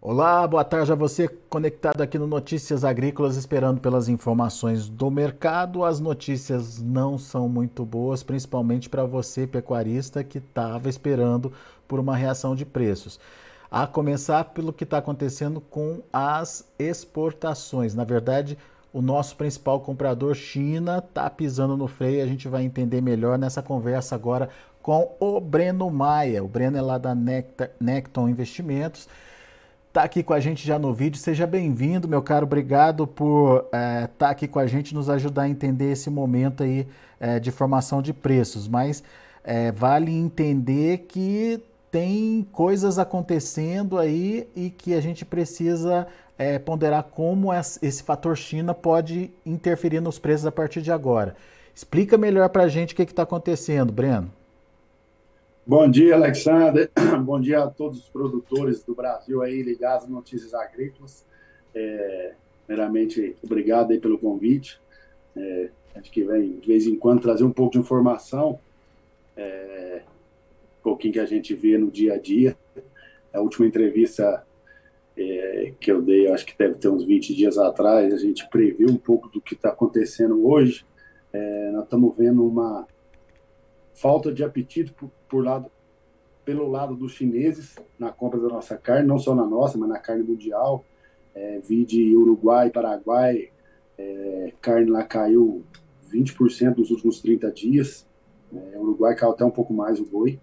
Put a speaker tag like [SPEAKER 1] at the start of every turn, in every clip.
[SPEAKER 1] Olá, boa tarde a você conectado aqui no Notícias Agrícolas, esperando pelas informações do mercado. As notícias não são muito boas, principalmente para você, pecuarista, que estava esperando por uma reação de preços. A começar pelo que está acontecendo com as exportações. Na verdade, o nosso principal comprador, China, está pisando no freio. A gente vai entender melhor nessa conversa agora com o Breno Maia. O Breno é lá da Necton Investimentos. Tá aqui com a gente já no vídeo. Seja bem-vindo, meu caro. Obrigado por estar aqui com a gente, nos ajudar a entender esse momento aí de formação de preços. Mas vale entender que tem coisas acontecendo aí e que a gente precisa ponderar como esse fator China pode interferir nos preços a partir de agora. Explica melhor para a gente o que está acontecendo, Breno.
[SPEAKER 2] Bom dia, Alexander. Bom dia a todos os produtores do Brasil aí ligados às notícias agrícolas. Primeiramente, obrigado aí pelo convite. A gente que vem de vez em quando trazer um pouco de informação, um pouquinho que a gente vê no dia a dia. A última entrevista que eu dei, acho que deve ter uns 20 dias atrás, a gente previu um pouco do que está acontecendo hoje. Nós estamos vendo uma falta de apetite pelo lado dos chineses na compra da nossa carne, não só na nossa, mas na carne mundial. Vide Uruguai, Paraguai, carne lá caiu 20% nos últimos 30 dias. O Uruguai caiu até um pouco mais o boi.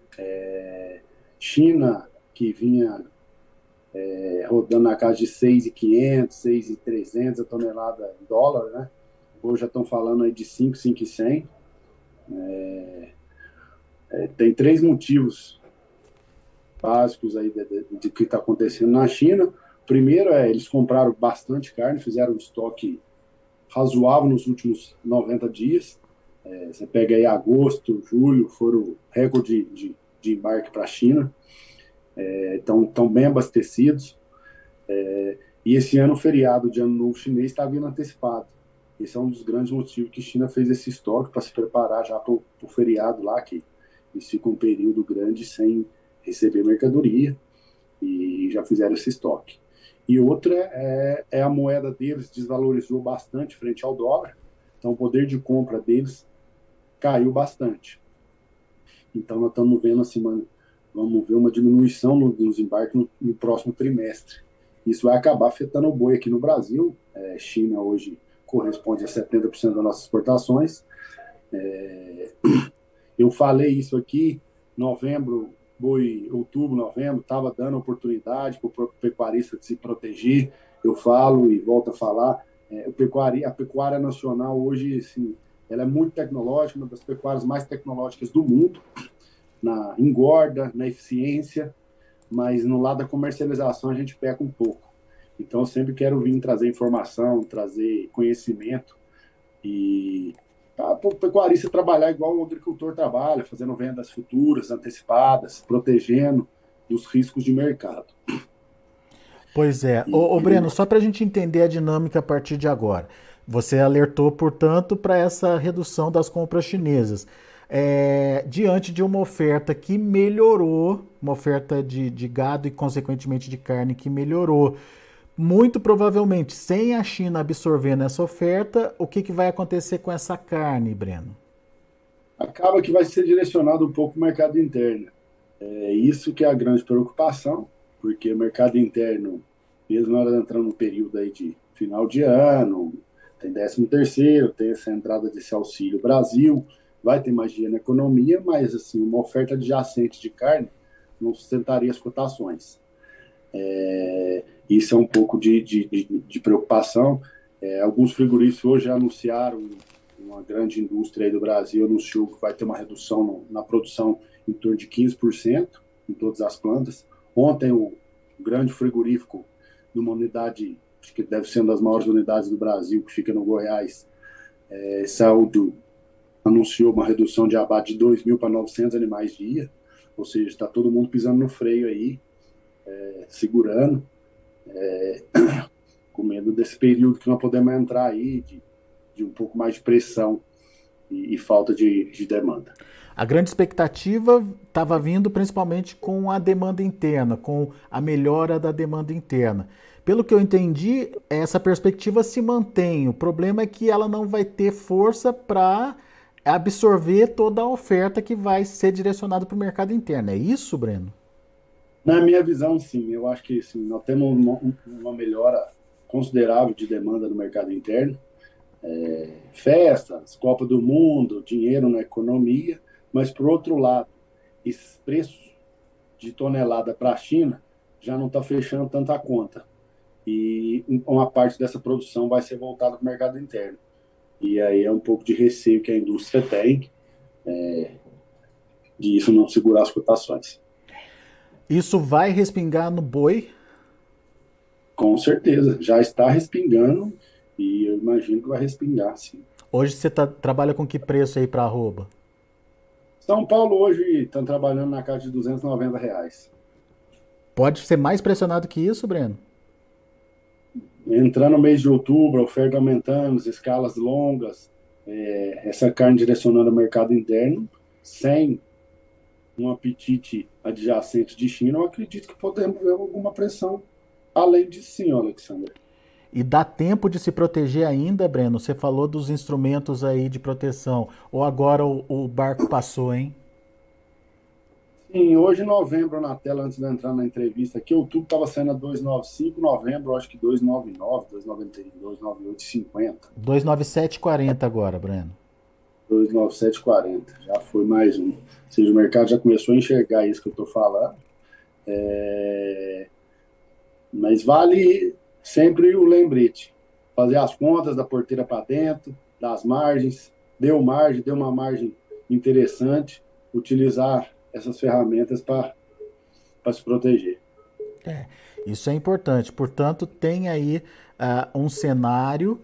[SPEAKER 2] China, que vinha rodando na casa de 6.500, 6.300 a tonelada em dólar, né? Hoje já estão falando aí de 5, 5.100. Tem três motivos básicos aí de que está acontecendo na China. Primeiro eles compraram bastante carne, fizeram um estoque razoável nos últimos 90 dias. Você pega aí agosto, julho, foram recorde de embarque para a China. Estão bem abastecidos. E esse ano, o feriado de Ano Novo Chinês está vindo antecipado. Esse é um dos grandes motivos que a China fez esse estoque para se preparar já para o feriado lá, que eles ficam um período grande sem receber mercadoria e já fizeram esse estoque. E outra a moeda deles desvalorizou bastante frente ao dólar, então o poder de compra deles caiu bastante. Então nós estamos vendo assim, vamos ver uma diminuição nos embarques no próximo trimestre. Isso vai acabar afetando o boi aqui no Brasil. China hoje corresponde a 70% das nossas exportações. Eu falei isso aqui, outubro, novembro, estava dando oportunidade para o pecuarista de se proteger. Eu falo e volto a falar, a pecuária nacional hoje, assim, ela é muito tecnológica, uma das pecuárias mais tecnológicas do mundo, na engorda, na eficiência, mas no lado da comercialização a gente peca um pouco. Então eu sempre quero vir trazer informação, trazer conhecimento e para o pecuarista trabalhar igual o agricultor trabalha, fazendo vendas futuras, antecipadas, protegendo dos riscos de mercado.
[SPEAKER 1] Pois é. Ô Breno, só para a gente entender a dinâmica a partir de agora. Você alertou, portanto, para essa redução das compras chinesas. Diante de uma oferta que melhorou, uma oferta de gado e, consequentemente, de carne que melhorou, muito provavelmente, sem a China absorvendo essa oferta, o que vai acontecer com essa carne, Breno?
[SPEAKER 2] Acaba que vai ser direcionado um pouco o mercado interno. Isso que é a grande preocupação, porque o mercado interno, mesmo nós entrando no período aí de final de ano, tem 13º, tem essa entrada desse Auxílio Brasil, vai ter magia na economia, mas assim, uma oferta adjacente de carne não sustentaria as cotações. Isso é um pouco de preocupação. Alguns frigoríficos hoje já anunciaram, uma grande indústria aí do Brasil anunciou que vai ter uma redução na produção em torno de 15% em todas as plantas. Ontem, o grande frigorífico de uma unidade, acho que deve ser uma das maiores unidades do Brasil, que fica no Goiás, Saúde, anunciou uma redução de abate de 2.000 para 900 animais dia, ou seja, está todo mundo pisando no freio aí, segurando, com medo desse período que nós podemos entrar aí, de um pouco mais de pressão e falta de demanda.
[SPEAKER 1] A grande expectativa estava vindo principalmente com a demanda interna, com a melhora da demanda interna. Pelo que eu entendi, essa perspectiva se mantém. O problema é que ela não vai ter força para absorver toda a oferta que vai ser direcionada para o mercado interno. É isso, Breno?
[SPEAKER 2] Na minha visão, sim. Eu acho que sim, nós temos uma melhora considerável de demanda no mercado interno. Festas, Copa do Mundo, dinheiro na economia, mas, por outro lado, esses preços de tonelada para a China já não está fechando tanta conta. E uma parte dessa produção vai ser voltada para o mercado interno. E aí é um pouco de receio que a indústria tem de isso não segurar as cotações.
[SPEAKER 1] Isso vai respingar no boi?
[SPEAKER 2] Com certeza, já está respingando e eu imagino que vai respingar, sim.
[SPEAKER 1] Hoje você trabalha com que preço aí para arroba?
[SPEAKER 2] São Paulo hoje estão trabalhando na casa de R$ 290.
[SPEAKER 1] Pode ser mais pressionado que isso, Breno?
[SPEAKER 2] Entrando no mês de outubro, a oferta aumentando, as escalas longas, essa carne direcionando ao mercado interno, sem um apetite adjacente de China, eu acredito que podemos ver alguma pressão além disso, sim, Alexandre.
[SPEAKER 1] E dá tempo de se proteger ainda, Breno? Você falou dos instrumentos aí de proteção. Ou agora o barco passou, hein?
[SPEAKER 2] Sim, hoje, novembro, na tela, antes de eu entrar na entrevista aqui, outubro estava saindo a 295, novembro, acho que 299, 292, 98,50.
[SPEAKER 1] 297,40 agora, Breno.
[SPEAKER 2] 297,40. Já foi mais um. Ou seja, o mercado já começou a enxergar isso que eu estou falando. Mas vale sempre o lembrete. Fazer as contas da porteira para dentro, das margens. Deu uma margem interessante. Utilizar essas ferramentas para se proteger.
[SPEAKER 1] Isso é importante. Portanto, tem aí um cenário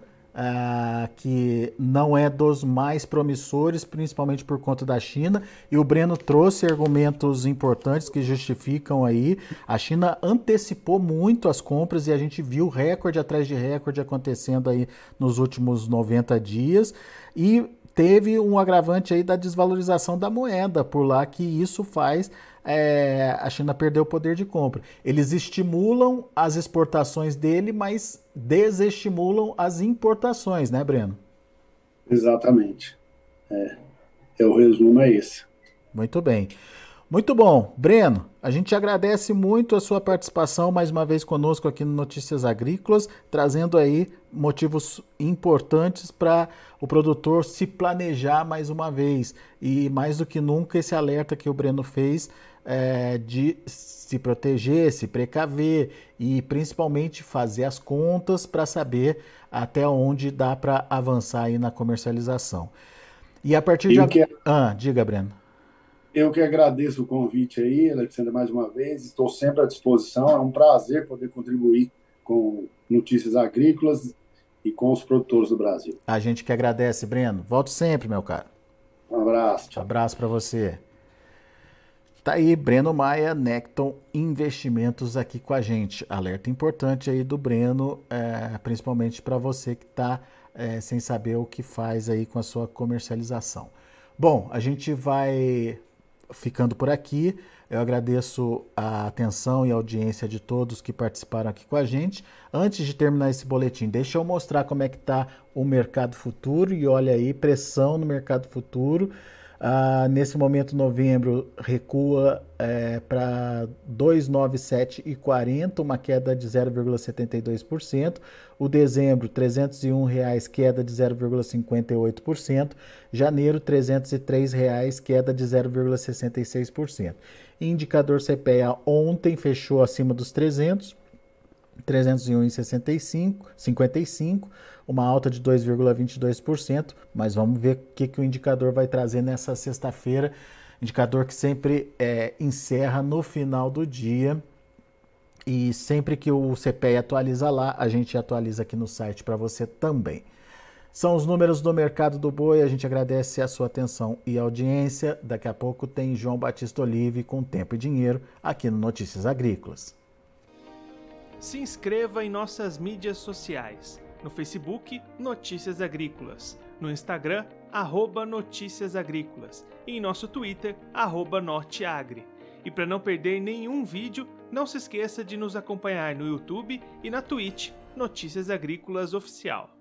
[SPEAKER 1] que não é dos mais promissores, principalmente por conta da China, e o Breno trouxe argumentos importantes que justificam aí. A China antecipou muito as compras e a gente viu recorde atrás de recorde acontecendo aí nos últimos 90 dias, e teve um agravante aí da desvalorização da moeda por lá, que isso faz a China perder o poder de compra. Eles estimulam as exportações dele, mas desestimulam as importações, né, Breno?
[SPEAKER 2] Exatamente. O resumo é esse.
[SPEAKER 1] Muito bem. Muito bom. Breno, a gente agradece muito a sua participação mais uma vez conosco aqui no Notícias Agrícolas, trazendo aí motivos importantes para o produtor se planejar mais uma vez. E mais do que nunca esse alerta que o Breno fez de se proteger, se precaver e principalmente fazer as contas para saber até onde dá para avançar aí na comercialização. E a partir de agora... diga, Breno.
[SPEAKER 2] Eu que agradeço o convite aí, Alexandre, mais uma vez. Estou sempre à disposição. É um prazer poder contribuir com notícias agrícolas e com os produtores do Brasil.
[SPEAKER 1] A gente que agradece, Breno. Volte sempre, meu caro.
[SPEAKER 2] Um abraço.
[SPEAKER 1] Tchau. Abraço para você. Tá aí, Breno Maia, Necton Investimentos aqui com a gente. Alerta importante aí do Breno, principalmente para você que está sem saber o que faz aí com a sua comercialização. Bom, a gente vai ficando por aqui. Eu agradeço a atenção e a audiência de todos que participaram aqui com a gente. Antes de terminar esse boletim, deixa eu mostrar como é que está o mercado futuro. E olha aí, pressão no mercado futuro. Nesse momento, novembro recua para 297,40, uma queda de 0,72%. O dezembro, R$ 301,00, queda de 0,58%. Janeiro, R$ 303,00, queda de 0,66%. Indicador CPEA ontem fechou acima dos 300, 301,55, uma alta de 2,22%, mas vamos ver o que o indicador vai trazer nessa sexta-feira, indicador que sempre encerra no final do dia, e sempre que o CPEA atualiza lá, a gente atualiza aqui no site para você também. São os números do mercado do boi, a gente agradece a sua atenção e audiência. Daqui a pouco tem João Batista Olive com Tempo e Dinheiro aqui no Notícias Agrícolas.
[SPEAKER 3] Se inscreva em nossas mídias sociais. No Facebook, Notícias Agrícolas. no Instagram, @Notícias Agrícolas, e em nosso Twitter, @Norteagri. E para não perder nenhum vídeo, não se esqueça de nos acompanhar no YouTube e na Twitch, Notícias Agrícolas Oficial.